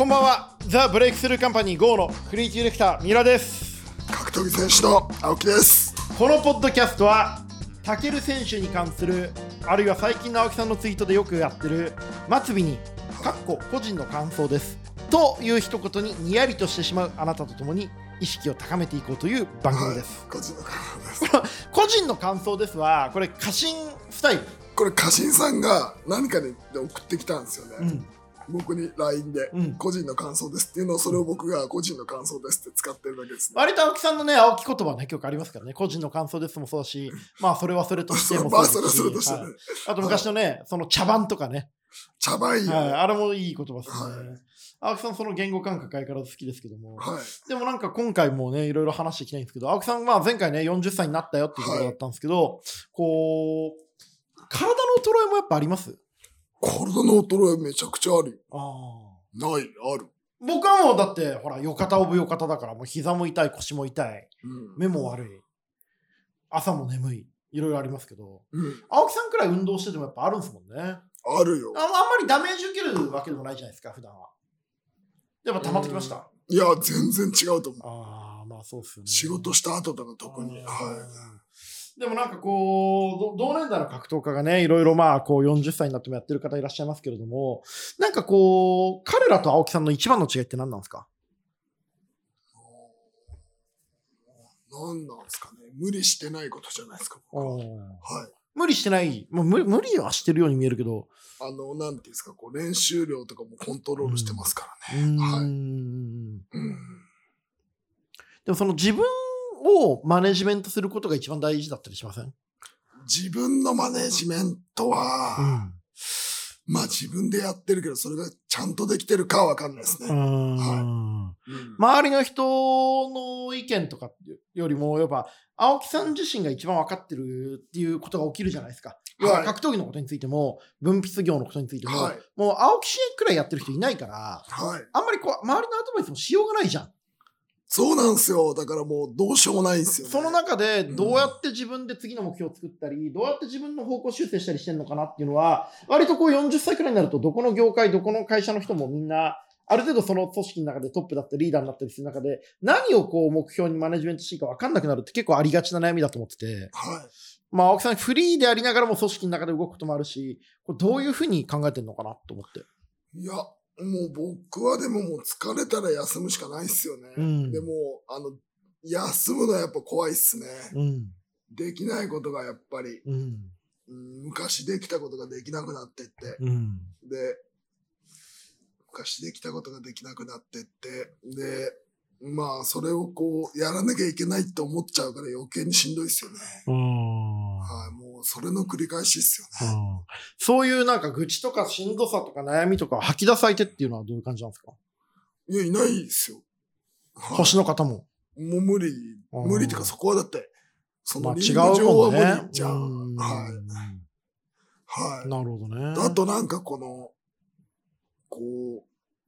こんばんは。ザ・ブレイクスルーカンパニー GO のクリエイティブディレクター三浦です。 格闘技選手の青木です。 このポッドキャストはタケル選手に関する、あるいは最近の青木さんのツイートでよくやってる末尾に個人の感想ですという一言ににやりとしてしまうあなたと共に意識を高めていこうという番組です、 はい、個人の感想です。 個人の感想ですは、これ家臣スタイル。 これ家臣さんが何かで送ってきたんですよね、僕に LINE で、個人の感想ですっていうのを、それを僕が個人の感想ですって使ってるだけですね。 割と青木さんのね、青木言葉ね、結構ありますからね。個人の感想ですもそうだし、まあそれはそれとしてもそうですし、 まあそれはそれとしてね、 はい、あと昔のね、その茶番とかね、 茶番いいよ、ね、 あれもいい言葉ですね、 はい、 青木さんその言語感覚相変わらず好きですけども、 はい、 でもなんか今回もね、いろいろ話していきたいんですけど、青木さんは前回ね、40歳になったよっていうことだったんですけど、こう体の衰えもやっぱあります？ 体の衰えめちゃくちゃあるよ。ある。 僕はもうだってほら、よかたオブよかただから、もう膝も痛い、腰も痛い、目も悪い、朝も眠い、いろいろありますけど、青木さんくらい運動しててもやっぱあるんですもんね。 あるよ。 あんまりダメージ受けるわけでもないじゃないですか、普段は。やっぱ溜まってきました？ いや、全然違うと思う。 まあそうっすよね。 仕事した後だな、特に。 でもなんかこう、同年代の格闘家がね、いろいろまあこう40歳になってもやってる方いらっしゃいますけれども、なんかこう、彼らと青木さんの一番の違いって何なんですか？ 何なんですかね。無理してないことじゃないですか。はい。 無理してない。もう無理はしてるように見えるけど。 なんていうんですか、こう練習量とかもコントロールしてますからね。 でもその自分をマネジメントすることが一番大事だったりしません？ 自分のマネジメントは、まあ自分でやってるけど、それがちゃんとできてるかは分かんないですね。 周りの人の意見とかよりも、やっぱ青木さん自身が一番分かってるっていうことが起きるじゃないですか。要は格闘技のことについても、分泌業のことについても、もう青木支援くらいやってる人いないから、あんまりこう周りのアドバイスもしようがないじゃん。 そうなんですよ。だからもうどうしようもないんですよね。 その中でどうやって自分で次の目標を作ったり、どうやって自分の方向修正したりしてるのかなっていうのは、割とこう40歳くらいになると、どこの業界、どこの会社の人もみんな、ある程度その組織の中でトップだったりリーダーになったりする中で、何をこう目標にマネジメントしていいか分かんなくなるって結構ありがちな悩みだと思ってて、まあ青木さんフリーでありながらも組織の中で動くこともあるし、これどういうふうに考えてるのかなと思って。 いや、もう僕はでももう疲れたら休むしかないっすよね。でも休むのはやっぱ怖いっすね。できないことがやっぱり、昔できたことができなくなってって、で昔できたことができなくなってって、でまあそれをこうやらなきゃいけないって思っちゃうから余計にしんどいっすよね。もうそれの繰り返しっすよね。 そういうなんか愚痴とかしんどさとか悩みとか吐き出す相手っていうのはどういう感じなんですか？いや、いないですよ。 星の方も。 もう無理っていうか、そこはだってそのリング上は無理じゃん。 なるほどね。 あとなんかこう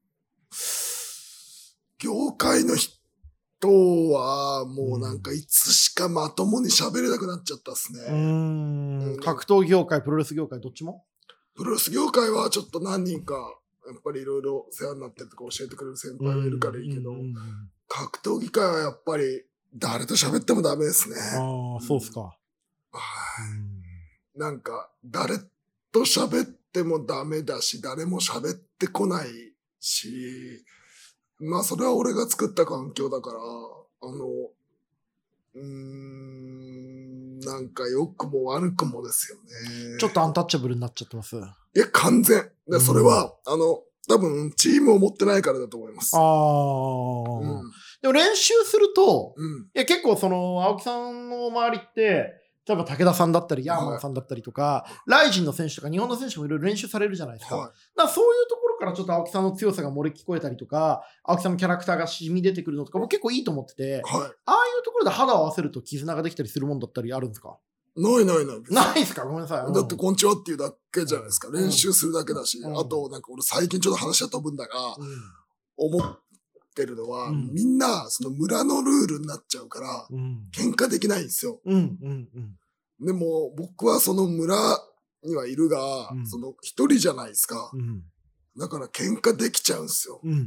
業界の人はもうなんかいつしかまともに喋れなくなっちゃったっすね。 格闘業界、プロレス業界どっちも？ プロレス業界はちょっと何人かやっぱりいろいろ世話になってるとか教えてくれる先輩がいるからいいけど、格闘技界はやっぱり誰と喋ってもダメですね。 そうっすか。 なんか誰と喋ってもダメだし、誰も喋ってこないし、まあそれは俺が作った環境だから、なんか良くも悪くもですよね。 ちょっとアンタッチャブルになっちゃってます。 いや、完全。でそれは、多分、チームを持ってないからだと思います。 でも練習すると、いや結構その、青木さんの周りって、例えば武田さんだったり、ヤーマンさんだったりとか、ライジンの選手とか日本の選手もいろいろ練習されるじゃないですか。だからそういうところからちょっと青木さんの強さが漏れ聞こえたりとか、青木さんのキャラクターが染み出てくるのとかも結構いいと思ってて、ああいうところで肌を合わせると絆ができたりするもんだったりあるんですか？ ないですか？ごめんなさい。 だってこんちはっていうだけじゃないですか。練習するだけだし、あとなんか俺最近ちょっと話は飛ぶんだが、思ってるのは、みんなその村のルールになっちゃうから、喧嘩できないんですよ。でも僕はその村にはいるが、その一人じゃないですか。だから喧嘩できちゃうんですよ。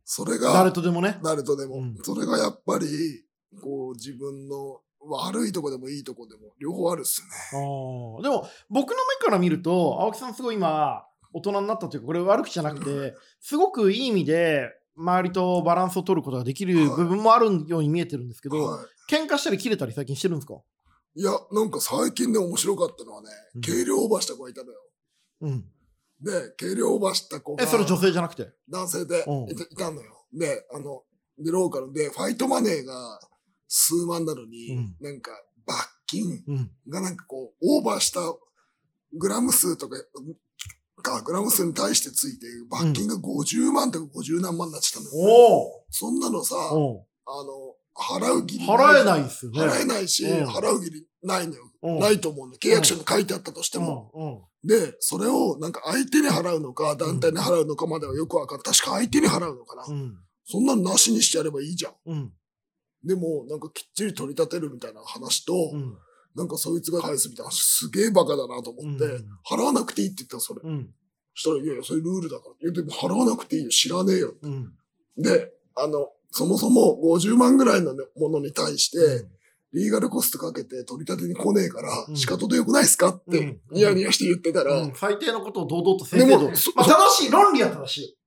それが、 誰とでもね。 誰とでも。 うん、 それがやっぱり、こう、自分の悪いとこでもいいとこでも、両方あるっすよね。でも、僕の目から見ると、青木さんすごい今、大人になったというか、これ悪口じゃなくて、すごくいい意味で、周りとバランスを取ることができる部分もあるように見えてるんですけど、はい、喧嘩したり切れたり最近してるんですか？ いや、なんか最近で面白かったのはね、軽量オーバーした子がいたのよ。うん。で、軽量オーバーした子が。 それ女性じゃなくて？ 男性でいたのよ。で、で、ローカルで、ファイトマネーが数万なのに、なんか、罰金がなんかこう、オーバーしたグラム数とか、グラム数に対してついて、罰金が50万とか50何万になっちゃったのよ。そんなのさ、払う義理払えないですよね。 払えないし、払う義理ないのよ。ないと思うんだ。契約書に書いてあったとしても。で、それをなんか相手に払うのか、団体に払うのかまではよくわかる。確か相手に払うのかな。そんなのなしにしてやればいいじゃん。でも、なんかきっちり取り立てるみたいな話と、なんかそいつが返すみたいな話、すげえバカだなと思って、払わなくていいって言ったらそれ。そしたら、いやいや、それルールだから。いや、でも払わなくていいよ、知らねえよ。で、そもそも50万ぐらいのものに対して、リーガルコストかけて取り立てに来ねえから、仕方でよくないっすかって、ニヤニヤして言ってたら。 最低のことを堂々と正々と。まあ正しい、論理は正しい。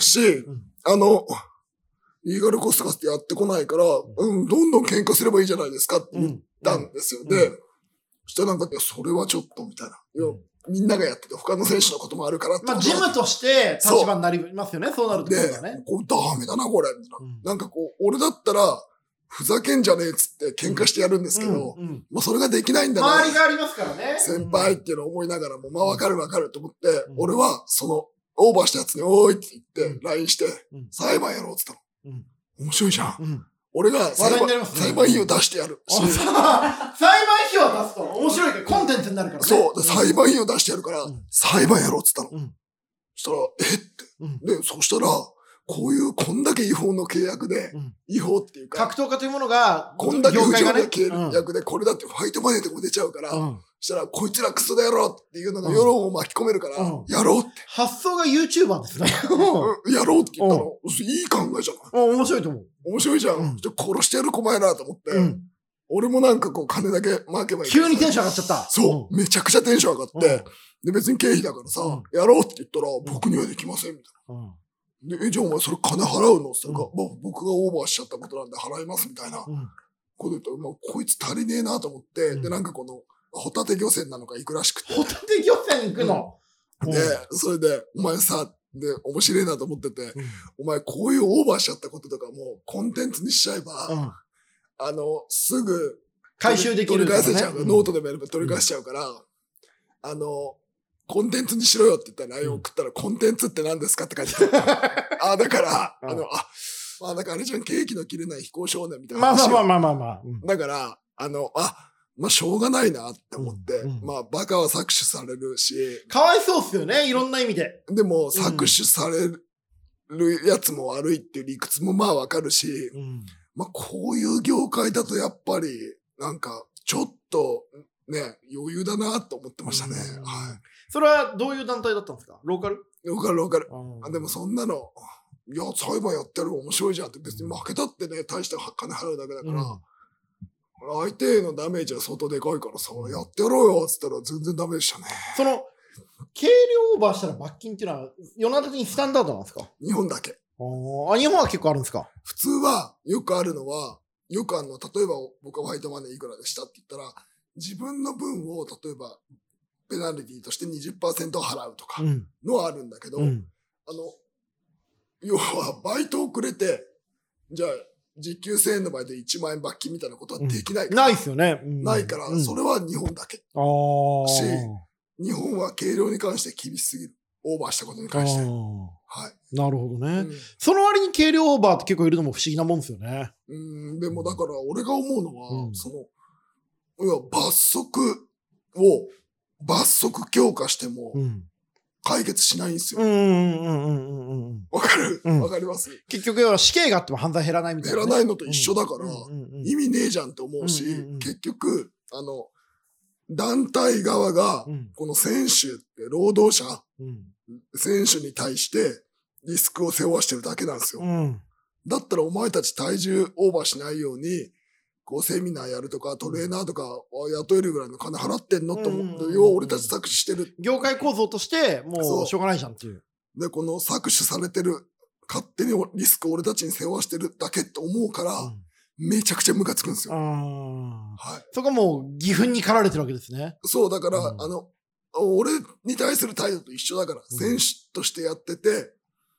リーガルコストかってやってこないから、どんどん喧嘩すればいいじゃないですかって言ったんですよ。で、そしたらなんか、それはちょっと、みたいな。みんながやってて、他の選手のこともあるからって。 まあ、ジムとして立場になりますよね、そうなると。 で、これダメだな、これ。なんかこう、俺だったら、ふざけんじゃねえっつって喧嘩してやるんですけど、まあそれができないんだな。 周りがありますからね。 先輩っていうのを思いながらも、まあわかると思って、俺はその、オーバーしたやつに、おーいって言って、LINE して、裁判やろうって言ったの。面白いじゃん。俺が裁判費を出してやる。 裁判費を出すと面白いけど、コンテンツになるからね。 そう。裁判費を出してやるから、裁判やろうって言ったの。そしたら、って。で、そしたら、こんだけ違法の契約で、違法っていうか。 格闘家というものが、 こんだけ不条な契約で、これだってファイトマネーでも出ちゃうから、そしたら、こいつらクソだやろっていうのが世論を巻き込めるから、やろうって。 発想が YouTuber ですね。 やろうって言ったの。いい考えじゃない。 面白いと思う。 面白いじゃん。殺してやる駒やなと思って。俺もなんかこう金だけ巻けばいい。 急にテンション上がっちゃった。 そう。めちゃくちゃテンション上がって。で、別に経費だからさ、やろうって言ったら、僕にはできません、みたいな。で、じゃあお前それ金払うのって言ったら、僕がオーバーしちゃったことなんで払います、みたいな。こと言ったら、こいつ足りねえなと思って、で、なんかこの、ホタテ漁船なのか行くらしくて。 ホタテ漁船行くの？ で、それで、お前さ、で、面白いなと思ってて、お前こういうオーバーしちゃったこととかもコンテンツにしちゃえば、すぐ、 回収できる、 取り返せちゃう。ノートでもやれば取り返しちゃうから、コンテンツにしろよって言ったら LINE 送ったら、コンテンツって何ですかって書いてある。だから、だからあれじゃん、ケーキの切れない非行少年みたいな話。 まあ。 だから、しょうがないなって思って、バカは搾取されるし。 かわいそうっすよね、いろんな意味で。 でも、搾取されるやつも悪いっていう理屈もわかるし、こういう業界だとやっぱり、なんか、ちょっと、ね、余裕だなと思ってましたね。はい。 それはどういう団体だったんですか？ローカル。 でもそんなの、いや、裁判やってる面白いじゃんって、別に負けたってね、大した金払うだけだから、相手へのダメージは相当でかいからさ、やってやろうよって言ったら全然ダメでしたね。 その、軽量オーバーしたら罰金っていうのは、世の中的にスタンダードなんですか？ 日本だけ。 日本は結構あるんですか？ 普通は、よくあるのは、例えば僕はファイトマネーいくらでしたって言ったら、自分の分を、例えば、ペナルティとして 20% 払うとかのはあるんだけど、要はバイトをくれて、じゃあ、時給1000円の場合で1万円罰金みたいなことはできないから。 ないっすよね。 ないから、それは日本だけ。し、日本は軽量に関して厳しすぎる。オーバーしたことに関して。はい。 なるほどね。その割に軽量オーバーって結構いるのも不思議なもんですよね。 でもだから俺が思うのは、罰則強化しても、解決しないんですよ。わかる？わかります？ 結局、死刑があっても犯罪減らないみたいな。 減らないのと一緒だから、意味ねえじゃんって思うし、結局、団体側が、この選手って労働者、選手に対して、 リスクを背負わしてるだけなんですよ。 うん、 だったらお前たち体重オーバーしないように、こうセミナーやるとかトレーナーとか雇えるぐらいの金払ってんのと思って、要は俺たち搾取してる。 業界構造としてもうしょうがないじゃんっていう。 で、この搾取されてる、勝手にリスクを俺たちに背負わしてるだけって思うから、めちゃくちゃムカつくんですよ。はい。 そこはもう義憤に駆られてるわけですね。 そう、だから、俺に対する態度と一緒だから、選手としてやってて、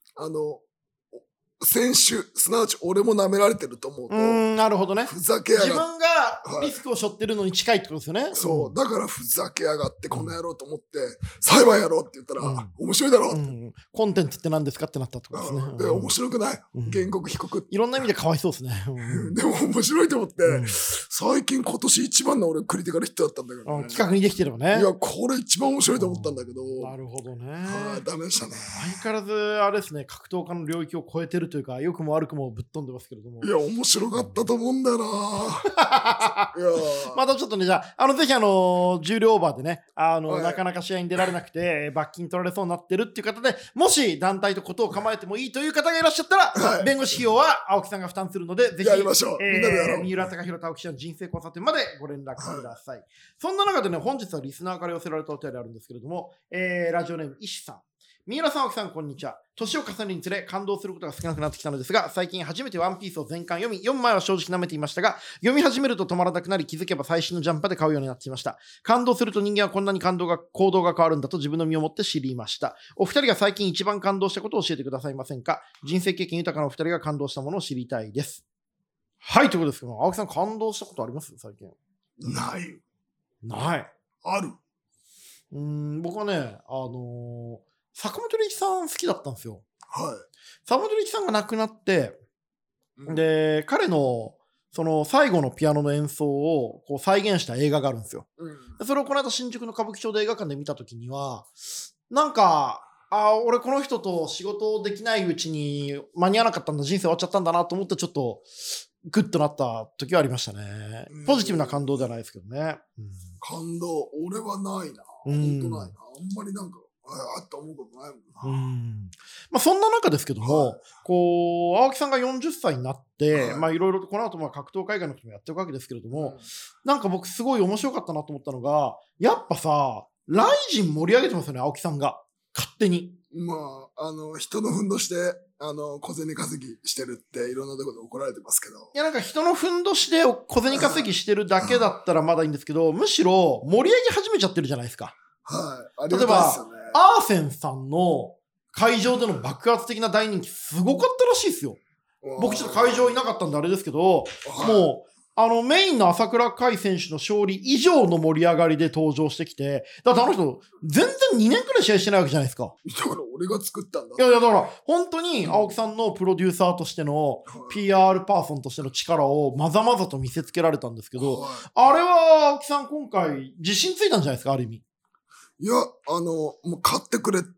選手、すなわち俺も舐められてると思うと。 なるほどね。 ふざけやがって。 自分がリスクを背負ってるのに近いってことですよね。 そう。だからふざけやがって、この野郎と思って、裁判やろうって言ったら、面白いだろうって。 コンテンツって何ですかってなったってことですね。 で、面白くない。原告被告。 いろんな意味でかわいそうですね。 でも面白いと思って、最近今年一番の俺クリティカルヒットだったんだけどね。 企画にできてればね。 いや、これ一番面白いと思ったんだけど。 なるほどね。 ダメでしたね。 相変わらず、あれですね、格闘家の領域を超えてるというか、良くも悪くもぶっ飛んでますけれども。 いや、面白かったと思うんだよな。いやまたちょっとね、じゃあ、ぜひ重量オーバーでね、なかなか試合に出られなくて、罰金取られそうになってるっていう方で、もし団体とことを構えてもいいという方がいらっしゃったら、弁護士費用は青木さんが負担するので、ぜひ、 やりましょう。みんなでやろう。 三浦貴大青木氏の人生交差点までご連絡ください。そんな中でね、本日はリスナーから寄せられたお便りあるんですけれども、ラジオネーム、石さん。三浦さん、青木さん、こんにちは。年を重ねるにつれ感動することが少なくなってきたのですが、最近初めてワンピースを全巻読み、4枚は正直舐めていましたが、読み始めると止まらなくなり、気づけば最新のジャンプで買うようになっていました。感動すると人間はこんなに行動が変わるんだと自分の身をもって知りました。お二人が最近一番感動したことを教えてくださいませんか？人生経験豊かなお二人が感動したものを知りたいです。はい、ということですけど、青木さん感動したことあります最近？ ない。 ない。 ある。 僕はね、坂本龍一さん好きだったんですよ。 はい。 坂本龍一さんが亡くなって、で、彼のその最後のピアノの演奏をこう再現した映画があるんですよ。それをこの間新宿の歌舞伎町で映画館で見たときには、なんか、俺この人と仕事できないうちに間に合わなかったんだ、人生終わっちゃったんだなと思ってちょっとグッとなった時はありましたね。ポジティブな感動ではないですけどね。 感動、俺はないな。本当ないな。あんまりなんか、あった思うことないもんな。 そんな中ですけども、こう青木さんが40歳になって、いろいろとこの後格闘海外の人もやってるわけですけれども、なんか僕すごい面白かったなと思ったのが、やっぱさ、ライジン盛り上げてますよね、青木さんが。勝手に。 人のふんどして、小銭稼ぎしてるっていろんなところで怒られてますけど。 いや、なんか人のふんどしで小銭稼ぎしてるだけだったらまだいいんですけど、むしろ盛り上げ始めちゃってるじゃないですか。 はい。ありがたいですよね。 アーセンさんの会場での爆発的な大人気すごかったらしいですよ。僕ちょっと会場いなかったんであれですけど、もうメインの朝倉海選手の勝利以上の盛り上がりで登場してきて、だってあの人全然2年くらい試合してないわけじゃないですか。 だから俺が作ったんだ。 いやだから本当に青木さんのプロデューサーとしての PR パーソンとしての力をまざまざと見せつけられたんですけど、あれは青木さん今回自信ついたんじゃないですか、ある意味。 いや、もう買ってくれって、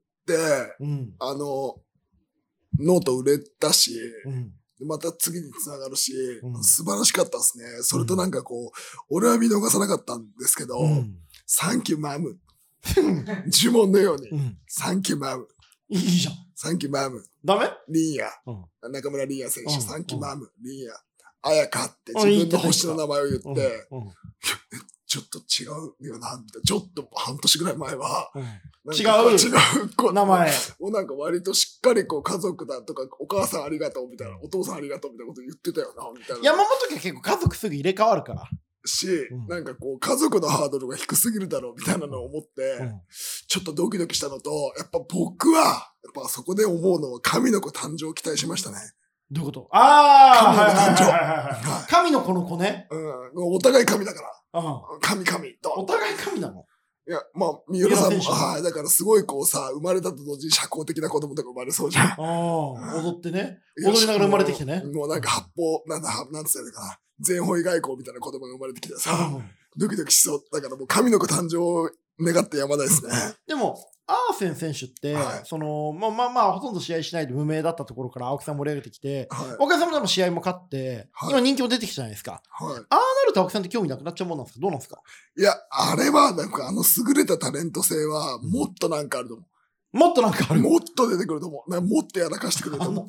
ノート売れたし、また次につながるし、素晴らしかったですね。それとなんかこう、俺は見逃さなかったんですけど、サンキューマム。呪文のように、サンキューマム。 いいじゃん。 サンキューマム。 ダメ？ リーヤ。中村リーヤ選手、サンキューマム。リーヤ。あやかって自分の星の名前を言って、ちょっと違うよな、みたいな。ちょっと半年ぐらい前は、 違う名前。 もうなんか割としっかりこう家族だとか、お母さんありがとうみたいな、お父さんありがとうみたいなこと言ってたよな、みたいな。 山本家結構家族すぐ入れ替わるから。 なんかこう家族のハードルが低すぎるだろうみたいなのを思って、ちょっとドキドキしたのと、やっぱ僕は、やっぱそこで思うのは神の子誕生を期待しましたね。 どういうこと？神の子誕生。神の子の子ね。 お互い神だから。神と。 お互い神なの？ いや、三浦さんも、だからすごいこうさ、生まれたと同時に社交的な子供とか生まれそうじゃん。 踊ってね。踊りながら生まれてきてね。 もうなんか八方、なんつうのかな。全方位外交みたいな子供が生まれてきてさ、ドキドキしそう。だからもう神の子誕生を願ってやまないですね。 でも、アーセン選手って、ほとんど試合しないで無名だったところから青木さん盛り上げてきて、おかげさまで試合も勝って、今人気も出てきたじゃないですか。ああなると青木さんって興味なくなっちゃうもんなんですか？どうなんですか？ いや、あれはなんか優れたタレント性はもっとなんかあると思う。 もっとなんかある。 もっと出てくると思う。もっとやらかしてくれると思う。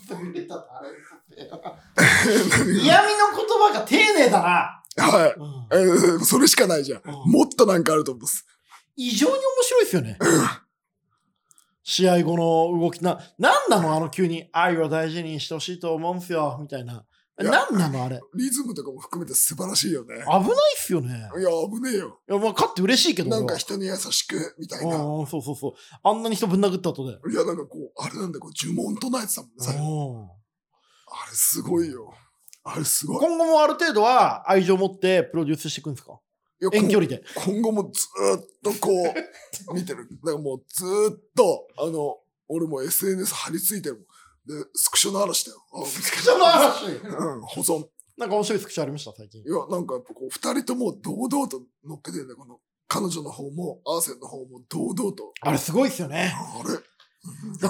嫌味の言葉が丁寧だな。 はい。それしかないじゃん。もっとなんかあると思うんです。 異常に面白いですよね。試合後の動きなんなの急に愛を大事にしてほしいと思うんすよみたいな。なんなのあれ。 リズムとかも含めて素晴らしいよね。 危ないっすよね。 いや、危ねえよ。 いや、まあ、勝って嬉しいけど。 なんか人に優しく、みたいな。 そう。あんなに人ぶん殴った後で。 いや、なんかこう、あれなんだよ、呪文唱えてたもんね、最後。あれすごいよ。あれすごい。 今後もある程度は愛情を持ってプロデュースしていくんですか？遠距離で。 今後もずーっとこう、見てる。だからもうずーっと、俺も SNS 貼り付いてるもん。で、スクショの嵐だよ。 スクショの嵐保存。 なんか面白いスクショありました、最近。 いや、なんかやっぱこう、二人とも堂々と乗っけてるんだよ。この、彼女の方も、アーセンの方も堂々と。 あれすごいっすよね。 あれだって、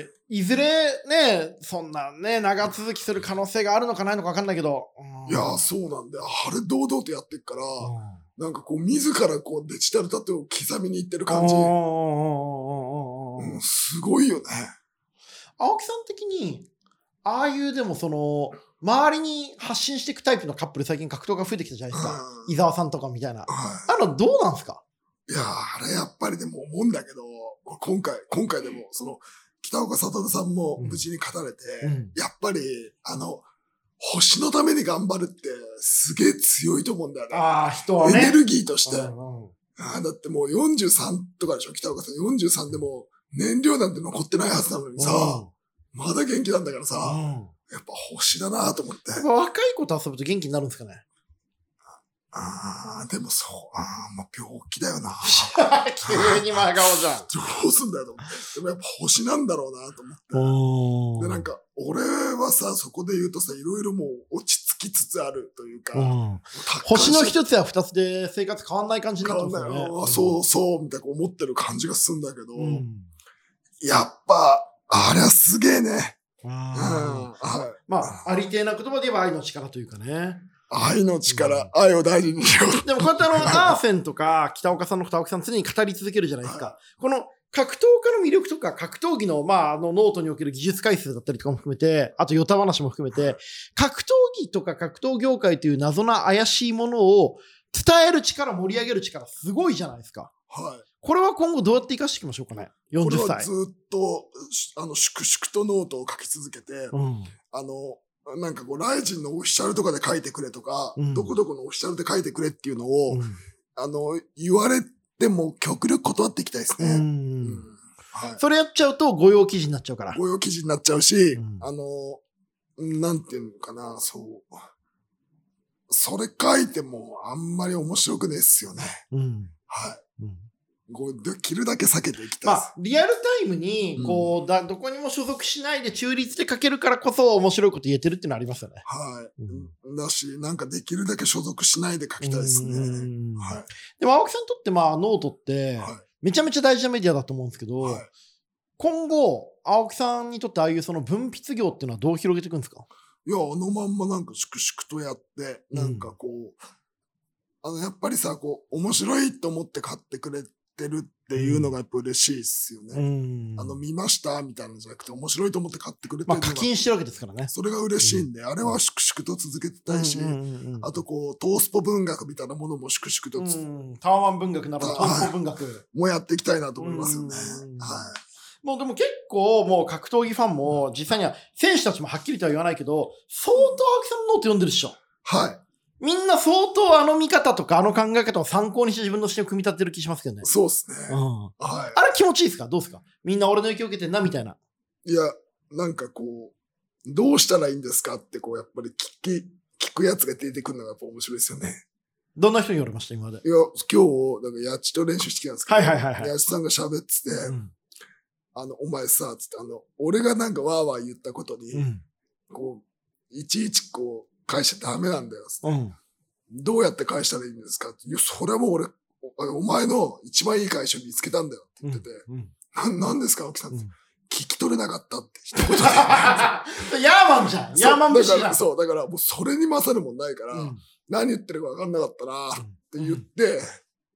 いずれね、そんなね、長続きする可能性があるのかないのか分かんないけど。 いや、そうなんだよ。あれ堂々とやってっから、なんかこう、自らこう、デジタルタトゥーを刻みにいってる感じ。すごいよね。 青木さん的に、ああいうでも周りに発信していくタイプのカップル最近格闘が増えてきたじゃないですか。伊沢さんとかみたいな。どうなんすか？ いや、あれやっぱりでも思うんだけど、今回でも、北岡悟さんも無事に勝たれて、やっぱり、星のために頑張るってすげえ強いと思うんだよね。 人はね。 エネルギーとして。だってもう43とかでしょ、北岡さん。43でも燃料なんて残ってないはずなのにさ、まだ元気なんだからさ、やっぱ星だなと思って。 若い子と遊ぶと元気になるんですかね？ でもそう、まあ、病気だよな。 急に真顔じゃん。 どうすんだよと思って。でもやっぱ星なんだろうなと思って。で、なんか、俺はさ、そこで言うとさ、いろいろもう落ち着きつつあるというか。 星の一つや二つで生活変わんない感じになってますよね。 そう、みたいな思ってる感じがするんだけど、やっぱ、あれはすげえね。 まあ、ありてえな言葉で言えば愛の力というかね。 愛の力、愛を大事にしよう。 でもこうやってアーセンとか北岡さんの北岡さん常に語り続けるじゃないですか。この格闘家の魅力とか格闘技のノートにおける技術回数だったりとかも含めて、あとヨタ話も含めて、格闘技とか格闘業界という謎な怪しいものを伝える力、盛り上げる力すごいじゃないですか。これは今後どうやって生かしていきましょうかね。40歳。 これはずっと粛々とノートを書き続けて、なんかこう、ライジンのオフィシャルとかで書いてくれとか、どこどこのオフィシャルで書いてくれっていうのを、言われても極力断っていきたいですね。 それやっちゃうと御用記事になっちゃうから。 御用記事になっちゃうし、なんていうのかな、それ書いてもあんまり面白くねえっすよね。できるだけ避けていきたいです。 リアルタイムに、どこにも所属しないで中立で書けるからこそ面白いこと言えてるっていうのありますよね。 だし、なんかできるだけ所属しないで書きたいですね。 でも青木さんにとってノートって、めちゃめちゃ大事なメディアだと思うんですけど、今後、青木さんにとってああいう文筆業っていうのはどう広げていくんですか？ いや、まんまなんか粛々とやって、なんかこう、やっぱりさ、面白いと思って買ってくれてるっていうのがやっぱ嬉しいっすよね。見ましたみたいなのじゃなくて、面白いと思って買ってくれてる。 課金してるわけですからね。 それが嬉しいんで、あれは粛々と続けてたいし、あとトースポ文学みたいなものも粛々とタワマン文学ならトースポ文学もやっていきたいなと思いますよね。 もうでも結構もう格闘技ファンも実際には選手たちもはっきりとは言わないけど、相当青木さんのノート読んでるっしょ。みんな相当見方とか考え方を参考にして自分の視点を組み立てる気しますけどね。 そうっすね。 あれ気持ちいいですか？どうですか？みんな俺の影響を受けてんなみたいな。 いや、なんかどうしたらいいんですかってやっぱり聞くやつが出てくるのがやっぱ面白いですよね。 どんな人に言われました今まで？ いや、今日、なんかヤチと練習してきたんですけど、ヤチさんが喋ってて、お前さ、つって、俺がなんかワーワー言ったことに、いちいち返しちゃダメなんだよ。どうやって返したらいいんですか？いや、それはもう俺、お前の一番いい返しを見つけたんだよって言ってて、何ですか、青木さん。聞き取れなかったって一言で。 ヤーマンじゃん。ヤーマン節じゃん。 そう、だからもうそれに勝るもんないから、何言ってるか分かんなかったなって言って、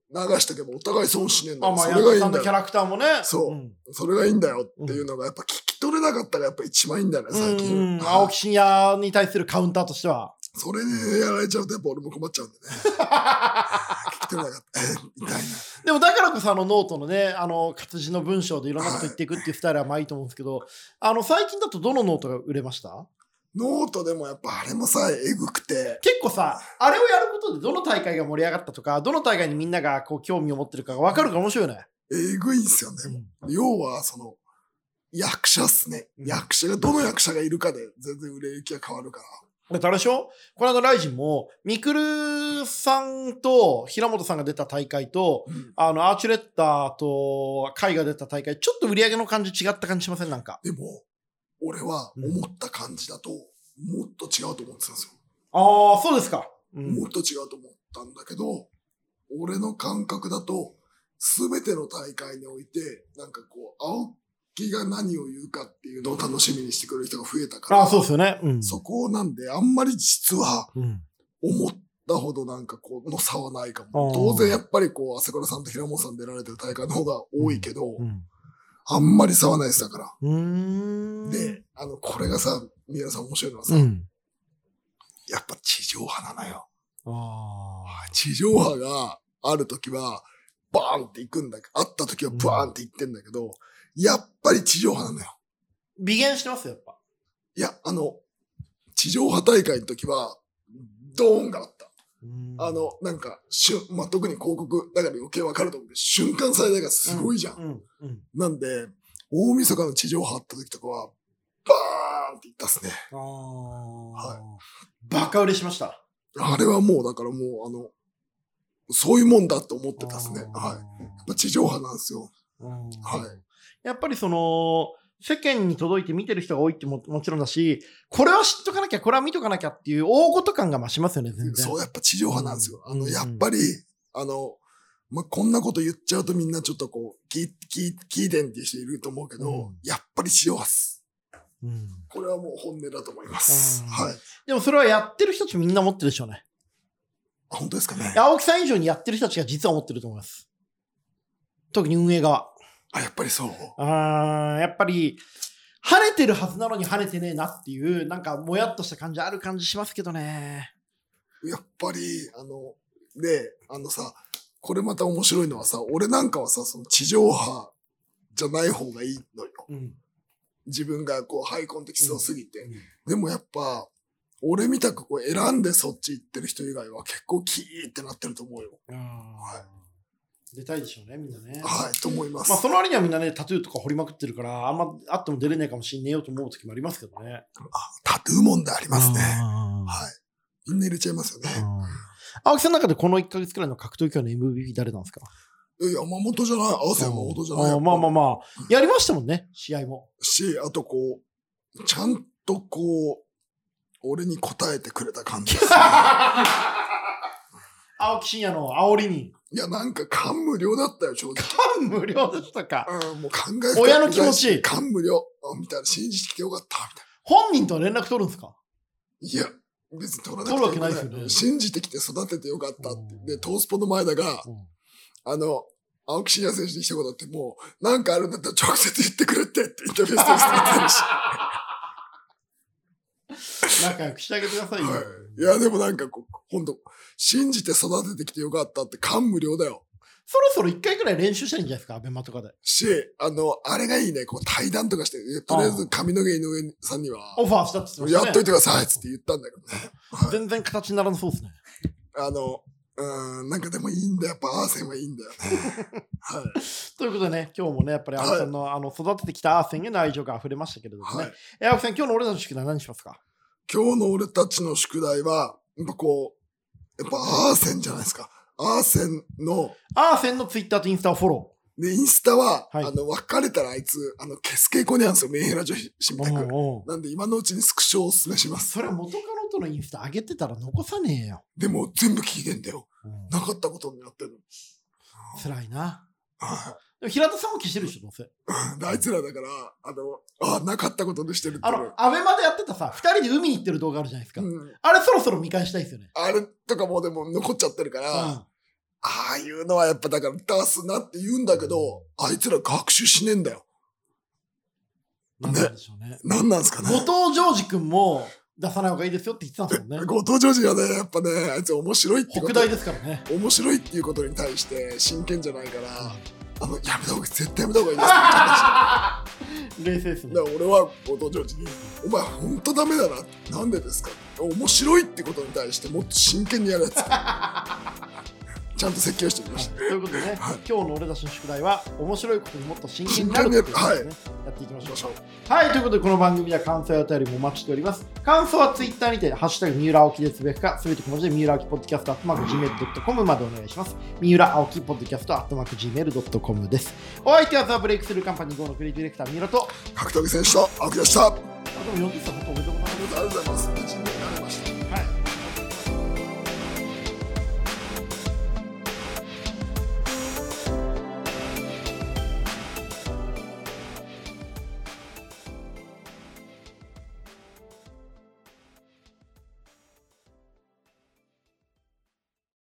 流しとけばお互い損しねえんだよ。 まあ、 それがいいんだよ。 ヤンキーさんのキャラクターもね。 そう。それがいいんだよっていうのが、やっぱ聞き取れなかったらやっぱ一番いいんだよね、最近。 青木真也に対するカウンターとしては。 それでやられちゃうとやっぱ俺も困っちゃうんでね。聞き取れなかった。みたいな。 でもだからこそノートのね、活字の文章でいろんなこと言っていくっていうスタイルはまあいいと思うんですけど、最近だとどのノートが売れました？ ノートでもやっぱあれもさ、エグくて。 結構さ、あれをやることでどの大会が盛り上がったとか、どの大会にみんながこう興味を持ってるかが分かるから面白いよね。 えぐいんすよね。要は、役者っすね。役者が、どの役者がいるかで全然売れ行きが変わるから。 あれでしょ？この間ライジンも、ミクルさんと平本さんが出た大会と、アーチュレッターとカイが出た大会、ちょっと売り上げの感じ違った感じしません？なんか。 でも、俺は思った感じだと、もっと違うと思ってたんですよ。 ああ、そうですか。 もっと違うと思ったんだけど、俺の感覚だと、すべての大会において、なんかこう、青木が何を言うかっていうのを楽しみにしてくれる人が増えたから。 ああ、そうですよね。 そこなんで、あんまり実は、思ったほどなんかこう、の差はないかも。当然やっぱりこう、朝倉さんと平本さん出られてる大会の方が多いけど、あんまり差はないですだから。で、これがさ、宮田さん面白いのはさ、やっぱ地上波なのよ。地上波があるときは、バーンって行くんだけど、あったときはバーンって行ってんだけど、やっぱり地上波なのよ。 微減してますよ、やっぱ。 いや、地上波大会のときは、ドーンがあった。なんか、まあ、特に広告、だから余計わかると思うんで、瞬間最大がすごいじゃん。なんで、大晦日の地上波あった時とかは、バーンっていったっすね。 バカ売れしました。 あれはもう、だからもう、そういうもんだと思ってたっすね。はい。やっぱ地上波なんですよ。はい。 やっぱり世間に届いて見てる人が多いってもちろんだし、これは知っとかなきゃ、これは見とかなきゃっていう大ごと感が増しますよね、全然。 そう、やっぱ地上波なんですよ。やっぱり、まあ、こんなこと言っちゃうとみんなちょっとこう、聞いてんっていう人いると思うけど、やっぱり地上波っす。これはもう本音だと思います。はい。 でもそれはやってる人たちみんな持ってるでしょうね。 本当ですかね。 青木さん以上にやってる人たちが実は持ってると思います。特に運営側。 やっぱりそう。 やっぱり、跳ねてるはずなのに跳ねてねえなっていう、なんかもやっとした感じある感じしますけどね。 やっぱり、で、さ、これまた面白いのはさ、俺なんかはさ、地上波じゃない方がいいのよ。自分がこう、ハイコンテキストすぎて。でもやっぱ、俺みたくこう選んでそっち行ってる人以外は結構キーってなってると思うよ。 出たいでしょうね、みんなね。 はい、と思います。 まあ、その割にはみんなね、タトゥーとか掘りまくってるから、あんまあっても出れないかもしんねえよと思う時もありますけどね。 タトゥー問題ありますね。はい。みんな入れちゃいますよね。 青木さんの中でこの1ヶ月くらいの格闘技界の MVP 誰なんですか？ 山本じゃない。青瀬山本じゃない。 まあ。やりましたもんね、試合も。あとこう、ちゃんとこう、俺に答えてくれた感じです、ね。 青木真也の煽りに。 いや、なんか感無量だったよ、正直。 感無量でしたか。 もう考え親の気持ち。 感無量。みたいな、信じてきてよかった、みたいな。 本人とは連絡取るんですか？ いや、別に取らなくて取るわけないですよね。 信じてきて育ててよかったって。で、トースポの前田が、青木真也選手に一言ってもう、なんかあるんだったら直接言ってくれってインタビューステージで言ってるし。 仲良くしてあげてくださいよ。 いや、でもなんかほんと、信じて育ててきてよかったって感無量だよ。 そろそろ一回くらい練習したらいいんじゃないですか、アベマとかで。 あれがいいね、こう対談とかして、とりあえず上野毛井上さんには、 オファーしたって言ってましたね。 やっといてくださいって言ったんだけどね。 全然形にならなそうですね。 なんかでもいいんだよ。やっぱアーセンはいいんだよね。はい。 ということでね、今日もね、やっぱり青木さんの、育ててきたアーセンへの愛情が溢れましたけれどもね。青木さん、今日の俺たちの宿題何しますか？ 今日の俺たちの宿題は、やっぱアーセンじゃないですか。アーセンのツイッターとインスタをフォロー。で、インスタは、別れたらあいつ、消す傾向にあるんですよ。メンヘラ女子みたく。なんで今のうちにスクショをお勧めします。 それは元カノとのインスタ上げてたら残さねえよ。 でも全部聞いてんだよ。なかったことになってるの。 辛いな。でも平田さんも消してるでしょ、どうせ。 あいつらだから、なかったことにしてるって。 アベマでやってたさ、二人で海に行ってる動画あるじゃないですか。あれそろそろ見返したいですよね。 あれとかもうでも残っちゃってるから、 ああいうのはやっぱだから出すなって言うんだけど、あいつら学習しねえんだよ。 なんなんでしょうね。 なんなんですかね。 後藤ジョージ君も出さない方がいいですよって言ってたんですもんね。 後藤ジョージはね、やっぱね、あいつ面白いってこと。 北大ですからね。 面白いっていうことに対して真剣じゃないから、やめた方が絶対やめた方がいいです冷静ですね。 だから俺は後藤ジョージに、お前ほんとダメだな。なんでですか。面白いってことに対してもっと真剣にやるやつ。ちゃんと設計してみました。 ということでね、今日の俺たちの宿題は面白いことにもっと真剣になるっていうことですね。やっていきましょう。はい、ということでこの番組では感想やお便りもお待ちしております。感想はツイッターにて、ハッシュタグ三浦青木でつぶやくか、すべて小文字で三浦青木ポッドキャスト@gmail.com までお願いします。三浦青木ポッドキャスト@gmail.com です。お相手はザ・ブレイクスルーカンパニーGOのクリエイティブディレクター三浦と格闘技選手と青木でした。 でも40歳本当おめでとうございます。 ありがとうございます。